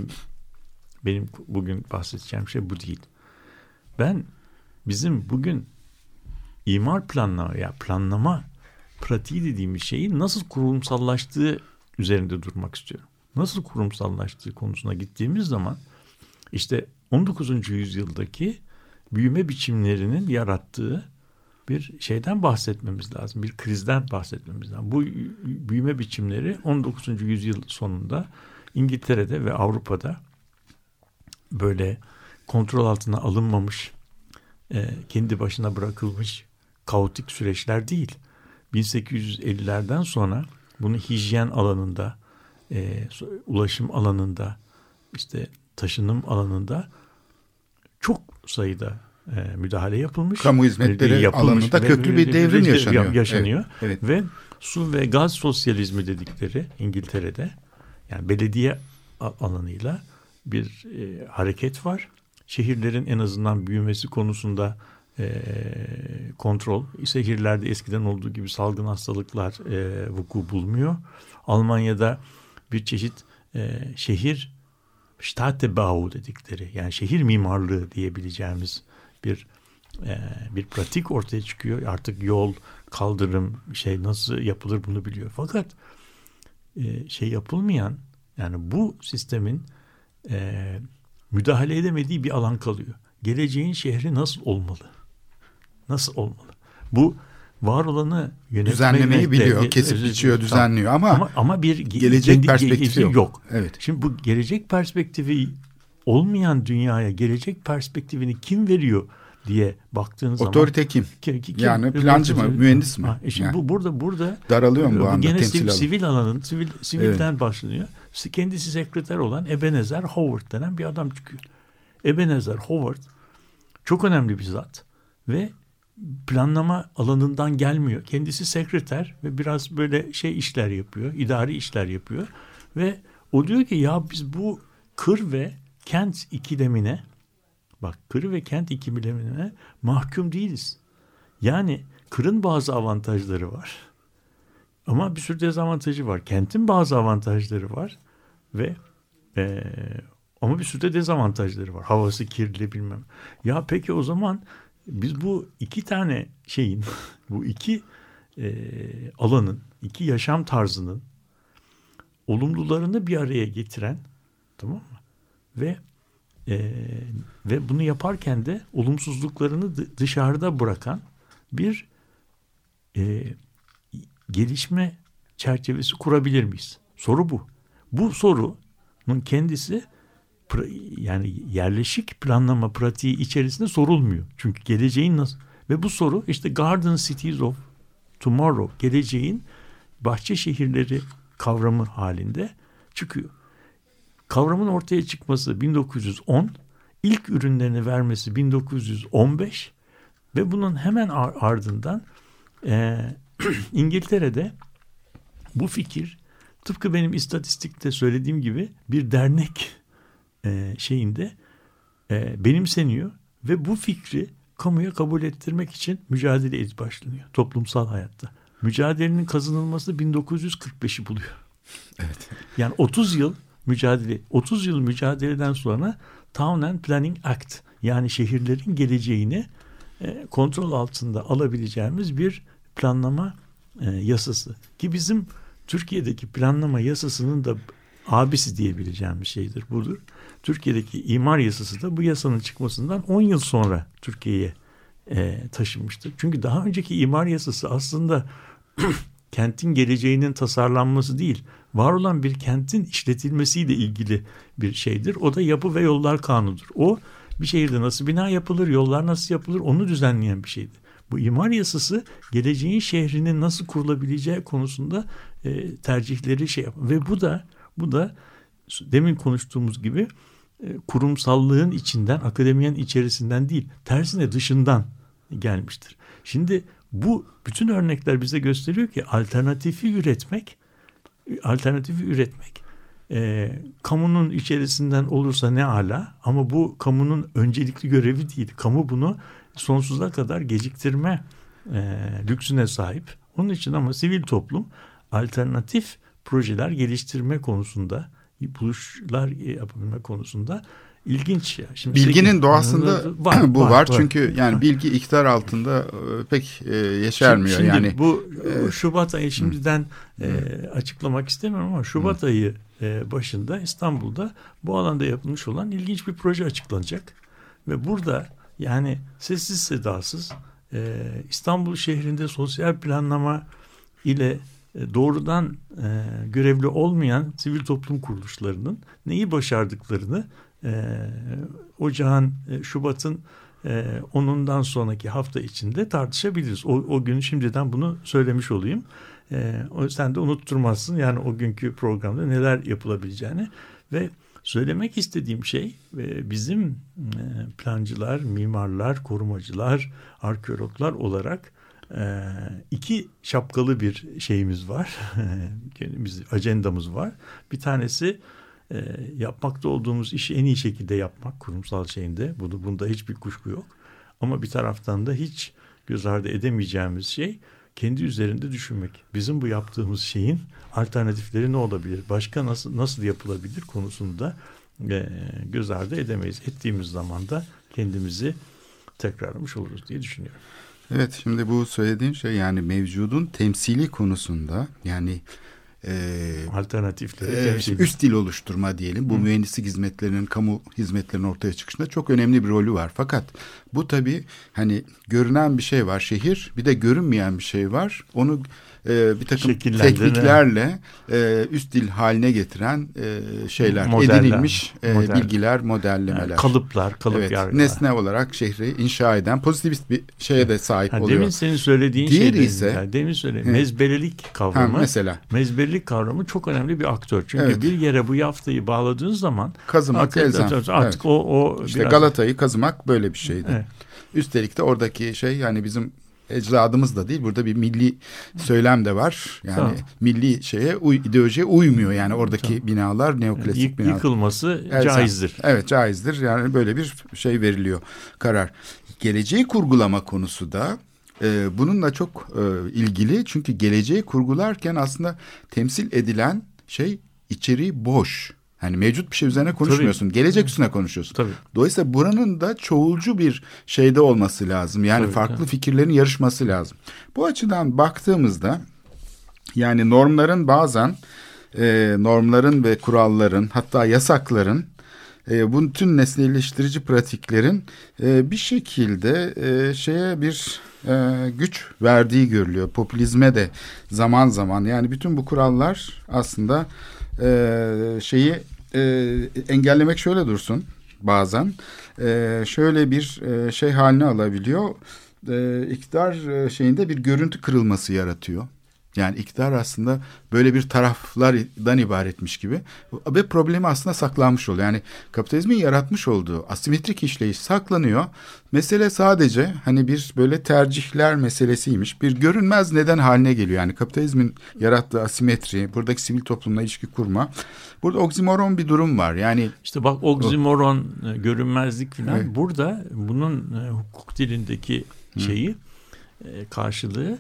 Speaker 6: bugün bahsedeceğim şey bu değil. Bizim bugün imar planlama pratiği dediğimiz şeyin nasıl kurumsallaştığı üzerinde durmak istiyorum. Nasıl kurumsallaştığı konusuna gittiğimiz zaman işte 19. yüzyıldaki büyüme biçimlerinin yarattığı bir şeyden bahsetmemiz lazım. Bir krizden bahsetmemiz lazım. Bu büyüme biçimleri 19. yüzyıl sonunda İngiltere'de ve Avrupa'da böyle kontrol altına alınmamış, kendi başına bırakılmış kaotik süreçler değil. 1850'lerden sonra bunu hijyen alanında, ulaşım alanında, işte taşınım alanında çok sayıda müdahale yapılmış.
Speaker 5: Kamu hizmetleri alanında köklü bir devrim yaşanıyor. Evet.
Speaker 6: Ve su ve gaz sosyalizmi dedikleri İngiltere'de, yani belediye alanıyla bir hareket var. Şehirlerin en azından büyümesi konusunda kontrol. Şehirlerde eskiden olduğu gibi salgın hastalıklar vuku bulmuyor. Almanya'da bir çeşit şehir Städtebau dedikleri, yani şehir mimarlığı diyebileceğimiz bir pratik ortaya çıkıyor. Artık yol, kaldırım nasıl yapılır bunu biliyor. Fakat yapılmayan, yani bu sistemin müdahale edemediği bir alan kalıyor. Geleceğin şehri nasıl olmalı? Nasıl olmalı? Bu var olanı
Speaker 5: düzenlemeyi biliyor, kesip biçiyor, düzenliyor
Speaker 6: ama bir
Speaker 5: gelecek perspektifi yok.
Speaker 6: Evet. Şimdi bu gelecek perspektifi olmayan dünyaya gelecek perspektifini kim veriyor diye baktığınız zaman
Speaker 5: Otorite kim? Yani plancı mı, mühendis mi?
Speaker 6: Şimdi
Speaker 5: yani.
Speaker 6: burada
Speaker 5: daralıyor mu bu anda
Speaker 6: gene
Speaker 5: temsil alanı?
Speaker 6: sivil alanın sivilden başlanıyor. Kendisi sekreter olan Ebenezer Howard denen bir adam çıkıyor. Ebenezer Howard çok önemli bir zat ve planlama alanından gelmiyor. Kendisi sekreter ve biraz böyle işler yapıyor, idari işler yapıyor ve o diyor ki ya biz bu kır ve kent ikilemine, bak kır ve kent ikilemine mahkum değiliz. Yani kırın bazı avantajları var ama bir sürü dezavantajı var. Kentin bazı avantajları var ve ama bir sürü de dezavantajları var. Havası kirli bilmem. Ya peki o zaman biz bu iki tane şeyin, bu iki alanın, iki yaşam tarzının olumlularını bir araya getiren, tamam mı? Ve bunu yaparken de olumsuzluklarını dışarıda bırakan bir gelişme çerçevesi kurabilir miyiz? Soru bu. Bu sorunun kendisi yani yerleşik planlama pratiği içerisinde sorulmuyor. Çünkü geleceğin nasıl? Ve bu soru işte Garden Cities of Tomorrow, geleceğin bahçe şehirleri kavramı halinde çıkıyor. Kavramın ortaya çıkması 1910, ilk ürünlerini vermesi 1915 ve bunun hemen ardından İngiltere'de bu fikir tıpkı benim istatistikte söylediğim gibi bir dernek şeyinde benimseniyor ve bu fikri kamuya kabul ettirmek için mücadele başlanıyor toplumsal hayatta. Mücadelenin kazanılması 1945'i buluyor.
Speaker 5: Evet.
Speaker 6: Yani 30 yıl mücadeleden sonra Town and Planning Act, yani şehirlerin geleceğini kontrol altında alabileceğimiz bir planlama yasası ki bizim Türkiye'deki planlama yasasının da abisi diyebileceğimiz şeydir, budur. Türkiye'deki imar yasası da bu yasanın çıkmasından 10 yıl sonra Türkiye'ye taşınmıştır. Çünkü daha önceki imar yasası aslında kentin geleceğinin tasarlanması değil, var olan bir kentin işletilmesiyle ilgili bir şeydir. O da yapı ve yollar kanunudur. O bir şehirde nasıl bina yapılır, yollar nasıl yapılır onu düzenleyen bir şeydir. Bu imar yasası geleceğin şehrinin nasıl kurulabileceği konusunda tercihleri şey yapar. Ve bu da demin konuştuğumuz gibi kurumsallığın içinden, akademiyenin içerisinden değil, tersine dışından gelmiştir. Şimdi bu bütün örnekler bize gösteriyor ki alternatifi üretmek kamunun içerisinden olursa ne ala, ama bu kamunun öncelikli görevi değil. Kamu bunu sonsuza kadar geciktirme lüksüne sahip. Onun için ama sivil toplum alternatif projeler geliştirme konusunda, buluşlar yapabilme konusunda ilginç. Şimdi
Speaker 5: bilginin doğasında bu var. Çünkü yani bilgi iktidar altında pek yeşermiyor.
Speaker 6: Şimdi
Speaker 5: yani
Speaker 6: bu Şubat ayı şimdiden açıklamak istemiyorum ama Şubat ayı başında İstanbul'da bu alanda yapılmış olan ilginç bir proje açıklanacak ve burada yani sessiz sedasız İstanbul şehrinde sosyal planlama ile doğrudan görevli olmayan sivil toplum kuruluşlarının neyi başardıklarını Şubat'ın 10'undan sonraki hafta içinde tartışabiliriz. O gün şimdiden bunu söylemiş olayım. Sen de unutturmazsın yani o günkü programda neler yapılabileceğini. Ve söylemek istediğim şey bizim plancılar, mimarlar, korumacılar, arkeologlar olarak iki şapkalı bir şeyimiz var. Ajandamız var. Bir tanesi yapmakta olduğumuz işi en iyi şekilde yapmak kurumsal şeyinde. Bunda hiçbir kuşku yok. Ama bir taraftan da hiç göz ardı edemeyeceğimiz şey kendi üzerinde düşünmek. Bizim bu yaptığımız şeyin alternatifleri ne olabilir? Başka nasıl yapılabilir konusunda göz ardı edemeyiz. Ettiğimiz zaman da kendimizi tekrarlamış oluruz diye düşünüyorum.
Speaker 5: Evet, şimdi bu söylediğin şey yani mevcudun temsili konusunda yani
Speaker 6: alternatifleri
Speaker 5: üst dil oluşturma diyelim. Bu mühendislik hizmetlerinin, kamu hizmetlerinin ortaya çıkışında çok önemli bir rolü var. Fakat bu tabii hani görünen bir şey var şehir, bir de görünmeyen bir şey var. Onu bir takım tekniklerle üst dil haline getiren şeyler,
Speaker 6: Modeller,
Speaker 5: edinilmiş bilgiler, modellemeler.
Speaker 6: Yani kalıp yargılar.
Speaker 5: Nesne olarak şehri inşa eden pozitivist bir şeye de sahip oluyor.
Speaker 6: Demin senin söylediğin
Speaker 5: Diğeri ise
Speaker 6: mezbelelik kavramı.
Speaker 5: Mesela.
Speaker 6: Mezbelelik kavramı çok önemli bir aktör. Çünkü bir yere bu yaftayı bağladığın zaman
Speaker 5: kazımak elzem.
Speaker 6: Artık o
Speaker 5: işte
Speaker 6: biraz...
Speaker 5: Galata'yı kazımak böyle bir şeydi.
Speaker 6: Evet.
Speaker 5: Üstelik de oradaki şey, yani bizim ecdadımız da değil, burada bir milli söylem de var. Yani
Speaker 6: tamam.
Speaker 5: milli ideolojiye uymuyor. Yani oradaki binalar neoklasik binalar.
Speaker 6: Yıkılması caizdir.
Speaker 5: Evet, caizdir. Yani böyle bir şey veriliyor, karar. Geleceği kurgulama konusu da bununla çok ilgili. Çünkü geleceği kurgularken aslında temsil edilen şey içeriği boş. Yani mevcut bir şey üzerine konuşmuyorsun. Tabii. Gelecek üstüne konuşuyorsun.
Speaker 6: Tabii.
Speaker 5: Dolayısıyla buranın da çoğulcu bir şeyde olması lazım. Yani farklı fikirlerin yarışması lazım. Bu açıdan baktığımızda yani normların ve kuralların, hatta yasakların, bütün nesneleştirici pratiklerin bir şekilde bir güç verdiği görülüyor. Popülizme de zaman zaman, yani bütün bu kurallar aslında engellemek şöyle dursun bazen. Şöyle bir şey haline alabiliyor. İktidar şeyinde bir görüntü kırılması yaratıyor. Yani iktidar aslında böyle bir taraflardan ibaretmiş gibi ve problemi aslında saklanmış oluyor. Yani kapitalizmin yaratmış olduğu asimetrik işleyiş saklanıyor. Mesele sadece hani bir böyle tercihler meselesiymiş. Bir görünmez neden haline geliyor. Yani kapitalizmin yarattığı asimetri, buradaki sivil toplumla ilişki kurma. Burada oksimoron bir durum var. Yani
Speaker 6: işte bak, oksimoron, görünmezlik falan. Evet. Burada bunun hukuk dilindeki karşılığı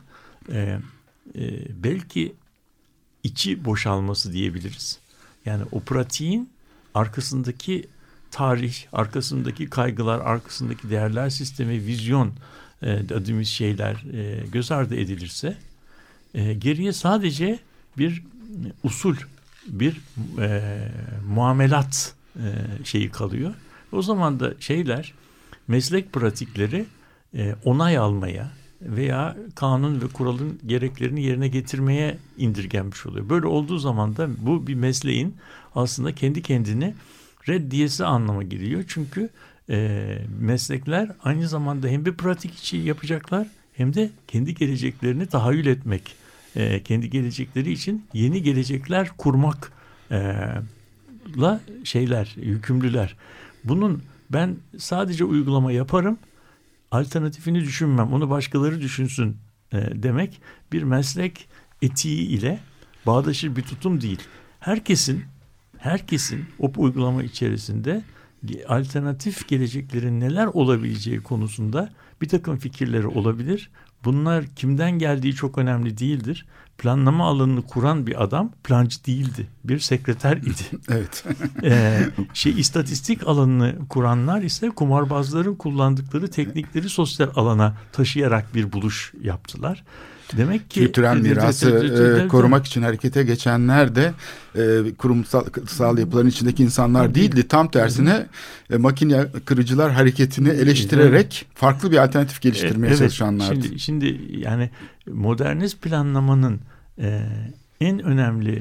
Speaker 6: belki içi boşalması diyebiliriz. Yani o pratiğin arkasındaki tarih, arkasındaki kaygılar, arkasındaki değerler sistemi, vizyon dediğimiz şeyler göz ardı edilirse geriye sadece bir usul, bir muamelat şeyi kalıyor. O zaman da meslek pratikleri onay almaya veya kanun ve kuralın gereklerini yerine getirmeye indirgenmiş oluyor. Böyle olduğu zaman da bu bir mesleğin aslında kendi kendini reddiyesi anlama geliyor. Çünkü meslekler aynı zamanda hem bir pratik içi yapacaklar hem de kendi geleceklerini tahayyül etmek, kendi gelecekleri için yeni gelecekler kurmakla yükümlüler. Bunun ben sadece uygulama yaparım, alternatifini düşünmem, onu başkaları düşünsün demek bir meslek etiği ile bağdaşır bir tutum değil. Herkesin o uygulama içerisinde alternatif geleceklerin neler olabileceği konusunda bir takım fikirleri olabilir. Bunlar kimden geldiği çok önemli değildir. Planlama alanını kuran bir adam plancı değildi. Bir sekreter idi.
Speaker 5: Evet.
Speaker 6: İstatistik alanını kuranlar ise kumarbazların kullandıkları teknikleri sosyal alana taşıyarak bir buluş yaptılar. Demek ki
Speaker 5: kültürel mirası korumak için harekete geçenler de kurumsal yapıların içindeki insanlar değildi. Tam tersine makine kırıcılar hareketini eleştirerek farklı bir alternatif geliştirmeye çalışanlardı.
Speaker 6: Şimdi modernist planlamanın en önemli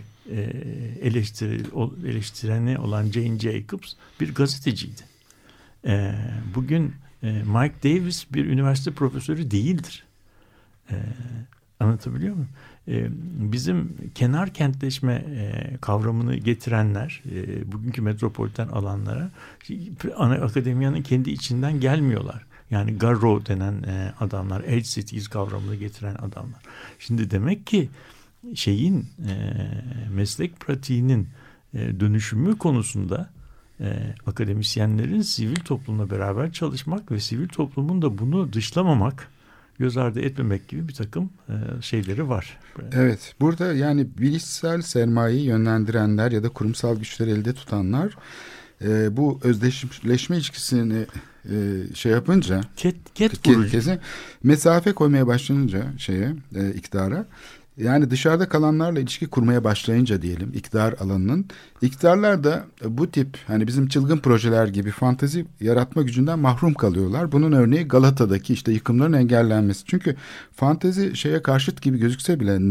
Speaker 6: eleştireni olan Jane Jacobs bir gazeteciydi. Bugün Mike Davis bir üniversite profesörü değildir. Anlatabiliyor muyum? Bizim kenar kentleşme kavramını getirenler bugünkü metropoliten alanlara akademiyanın kendi içinden gelmiyorlar. Yani Garrow denen adamlar, Edge Cities kavramını getiren adamlar. Şimdi demek ki meslek pratiğinin dönüşümü konusunda akademisyenlerin sivil toplumla beraber çalışmak ve sivil toplumun da bunu dışlamamak, göz ardı etmemek gibi bir takım şeyleri var.
Speaker 5: Evet, burada yani bilişsel sermayeyi yönlendirenler ya da kurumsal güçleri elde tutanlar bu özdeşleşme ilişkisini yapınca mesafe koymaya başlanınca iktidara, yani dışarıda kalanlarla ilişki kurmaya başlayınca diyelim iktidar alanının, iktidarlar da bu tip hani bizim çılgın projeler gibi fantezi yaratma gücünden mahrum kalıyorlar. Bunun örneği Galata'daki işte yıkımların engellenmesi. Çünkü fantezi şeye karşıt gibi gözükse bile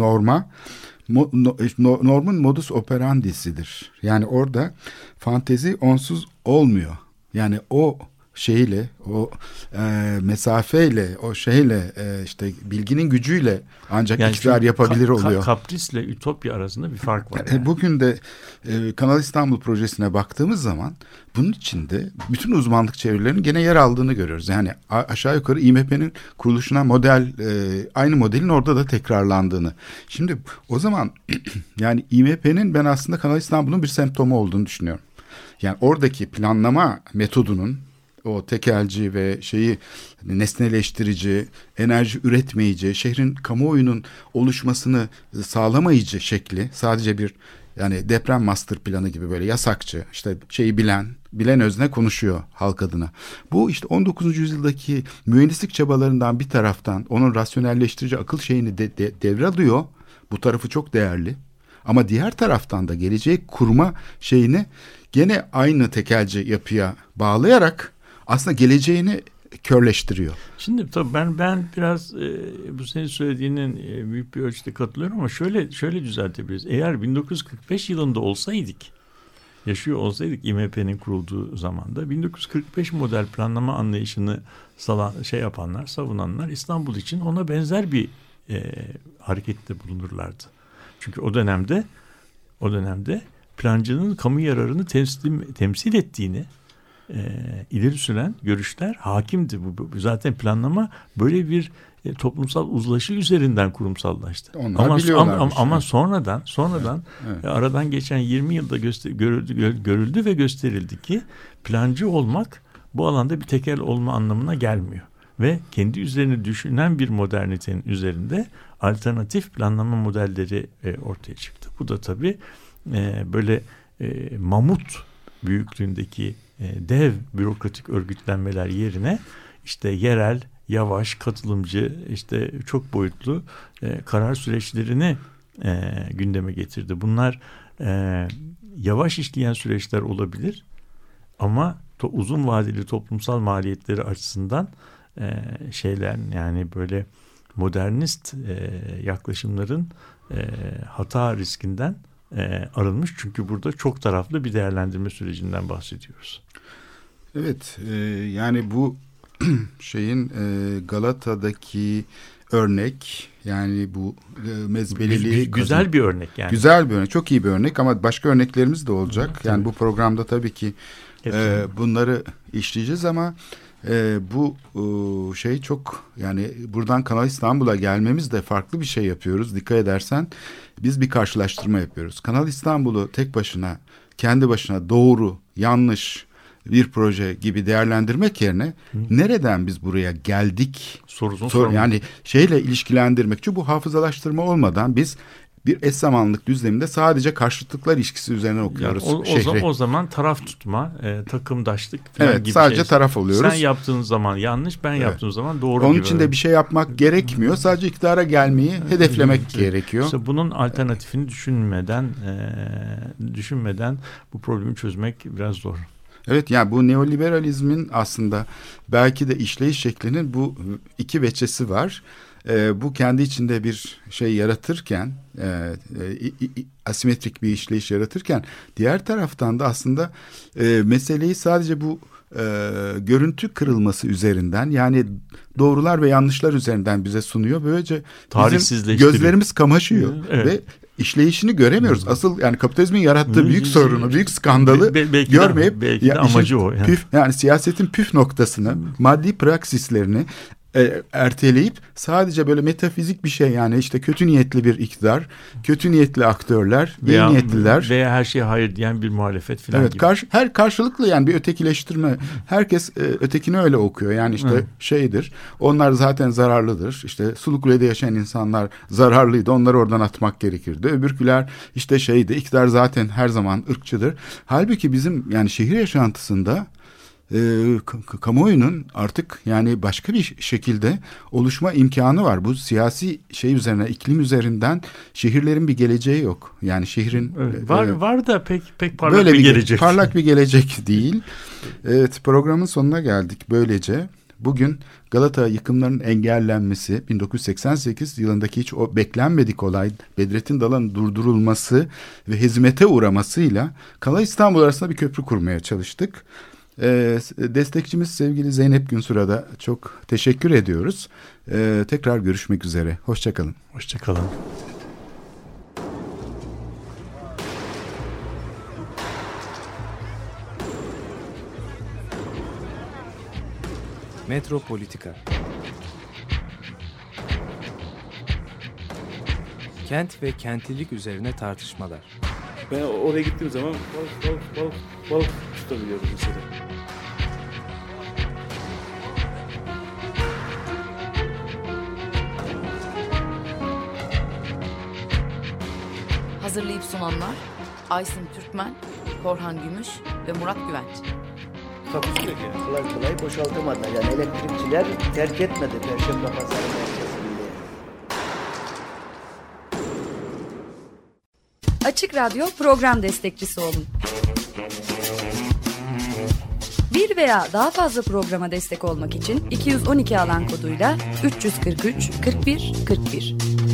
Speaker 5: normun modus operandisidir. Yani orada fantezi onsuz olmuyor. Yani o şeyle, o mesafeyle, o şeyle, işte bilginin gücüyle ancak yani iktidar yapabilir oluyor.
Speaker 6: Kaprisle ütopya arasında bir fark var. Yani.
Speaker 5: Bugün de Kanal İstanbul projesine baktığımız zaman bunun içinde bütün uzmanlık çevrelerinin gene yer aldığını görüyoruz. Yani aşağı yukarı IMP'nin kuruluşuna aynı modelin orada da tekrarlandığını. Şimdi o zaman yani IMP'nin ben aslında Kanal İstanbul'un bir semptomu olduğunu düşünüyorum. Yani oradaki planlama metodunun o tekelci ve nesneleştirici, enerji üretmeyici, şehrin kamuoyunun oluşmasını sağlamayıcı şekli, sadece bir yani deprem master planı gibi böyle yasakçı, işte bilen özne konuşuyor halk adına. Bu işte 19. yüzyıldaki mühendislik çabalarından bir taraftan onun rasyonelleştirici akıl şeyini devralıyor. Bu tarafı çok değerli. Ama diğer taraftan da geleceği kurma şeyini gene aynı tekelci yapıya bağlayarak aslında geleceğini körleştiriyor.
Speaker 6: Şimdi tabii ben biraz bu senin söylediğinin büyük bir ölçüde katılıyorum ama şöyle düzeltebiliriz. Eğer 1945 yılında yaşıyor olsaydık IMP'nin kurulduğu zamanda 1945 model planlama anlayışını savunanlar İstanbul için ona benzer bir harekette bulunurlardı. Çünkü o dönemde plancının kamu yararını temsil ettiğini ileri süren görüşler hakimdi. Bu zaten planlama böyle bir toplumsal uzlaşı üzerinden kurumsallaştı. Ama sonradan evet. Aradan geçen 20 yılda görüldü ve gösterildi ki plancı olmak bu alanda bir tekel olma anlamına gelmiyor. Ve kendi üzerine düşünen bir modernitenin üzerinde alternatif planlama modelleri ortaya çıktı. Bu da tabii böyle mamut büyüklüğündeki dev bürokratik örgütlenmeler yerine işte yerel, yavaş, katılımcı, işte çok boyutlu karar süreçlerini gündeme getirdi. Bunlar yavaş işleyen süreçler olabilir ama uzun vadeli toplumsal maliyetleri açısından yani böyle modernist yaklaşımların hata riskinden arınmış. Çünkü burada çok taraflı bir değerlendirme sürecinden bahsediyoruz.
Speaker 5: Evet, yani bu Galata'daki örnek, yani bu mezbeliliği
Speaker 6: güzel bir örnek yani.
Speaker 5: Güzel bir örnek, çok iyi bir örnek ama başka örneklerimiz de olacak. Evet, yani bu programda tabii ki bunları işleyeceğiz ama bu çok yani buradan Kanal İstanbul'a gelmemiz de farklı bir şey yapıyoruz. Dikkat edersen biz bir karşılaştırma yapıyoruz. Kanal İstanbul'u tek başına, kendi başına doğru, yanlış bir proje gibi değerlendirmek yerine nereden biz buraya geldik? Yani ilişkilendirmek. Çünkü bu hafızalaştırma olmadan biz bir eş zamanlılık düzleminde sadece karşıtlıklar ilişkisi üzerine okuyoruz şehri.
Speaker 6: O zaman taraf tutma, takımdaşlık falan gibi
Speaker 5: sadece taraf oluyoruz.
Speaker 6: Sen yaptığın zaman yanlış, ben yaptığım zaman doğru.
Speaker 5: Onun için de bir şey yapmak gerekmiyor. Sadece iktidara gelmeyi hedeflemek gerekiyor.
Speaker 6: İşte bunun alternatifini düşünmeden bu problemi çözmek biraz zor.
Speaker 5: Evet, yani bu neoliberalizmin aslında belki de işleyiş şeklinin bu iki veçesi var. Bu kendi içinde bir yaratırken, asimetrik bir işleyiş yaratırken, diğer taraftan da aslında meseleyi sadece bu görüntü kırılması üzerinden, yani doğrular ve yanlışlar üzerinden bize sunuyor. Böylece bizim gözlerimiz kamaşıyor ve işleyişini göremiyoruz. Asıl yani kapitalizmin yarattığı büyük sorunu, büyük skandalı görmeyip
Speaker 6: belki de amacı o.
Speaker 5: Yani siyasetin püf noktasını, maddi praksislerini erteleyip sadece böyle metafizik bir şey, yani işte kötü niyetli bir iktidar, kötü niyetli aktörler, iyi niyetliler
Speaker 6: veya her şeye hayır diyen bir muhalefet falan gibi.
Speaker 5: Her karşılıklı yani bir ötekileştirme. Herkes ötekini öyle okuyor. Yani işte onlar zaten zararlıdır. İşte Sulukule'de yaşayan insanlar zararlıydı. Onları oradan atmak gerekirdi. Öbürküler işte iktidar zaten her zaman ırkçıdır. Halbuki bizim yani şehir yaşantısında kamuoyunun artık yani başka bir şekilde oluşma imkanı var. Bu siyasi şey üzerine, iklim üzerinden şehirlerin bir geleceği yok. Yani şehrin
Speaker 6: evet, var da pek parlak
Speaker 5: böyle
Speaker 6: bir gelecek.
Speaker 5: Parlak bir gelecek değil. Evet, programın sonuna geldik böylece. Bugün Galata yıkımlarının engellenmesi, 1988 yılındaki hiç o beklenmedik olay, Bedrettin Dalan'ın durdurulması ve hizmete uğramasıyla Kanal İstanbul arasında bir köprü kurmaya çalıştık. Destekçimiz sevgili Zeynep Günsur'a da çok teşekkür ediyoruz. Tekrar görüşmek üzere. Hoşçakalın.
Speaker 6: Hoşçakalın.
Speaker 1: Metropolitika. Kent ve kentlilik üzerine tartışmalar.
Speaker 2: Ben oraya gittiğim zaman balık tutabiliyorum mesela.
Speaker 3: Hazırlayıp sunanlar Aysin Türkmen, Korhan Gümüş ve Murat Güvenç.
Speaker 2: Takusuyor yani.
Speaker 4: Kolay kolay boşaltamadı. Yani elektrikçiler terk etmedi Perşembe Pazarı merkezini.
Speaker 8: Açık Radyo program destekçisi olun. Bir veya daha fazla programa destek olmak için 212 alan koduyla 343 41 41.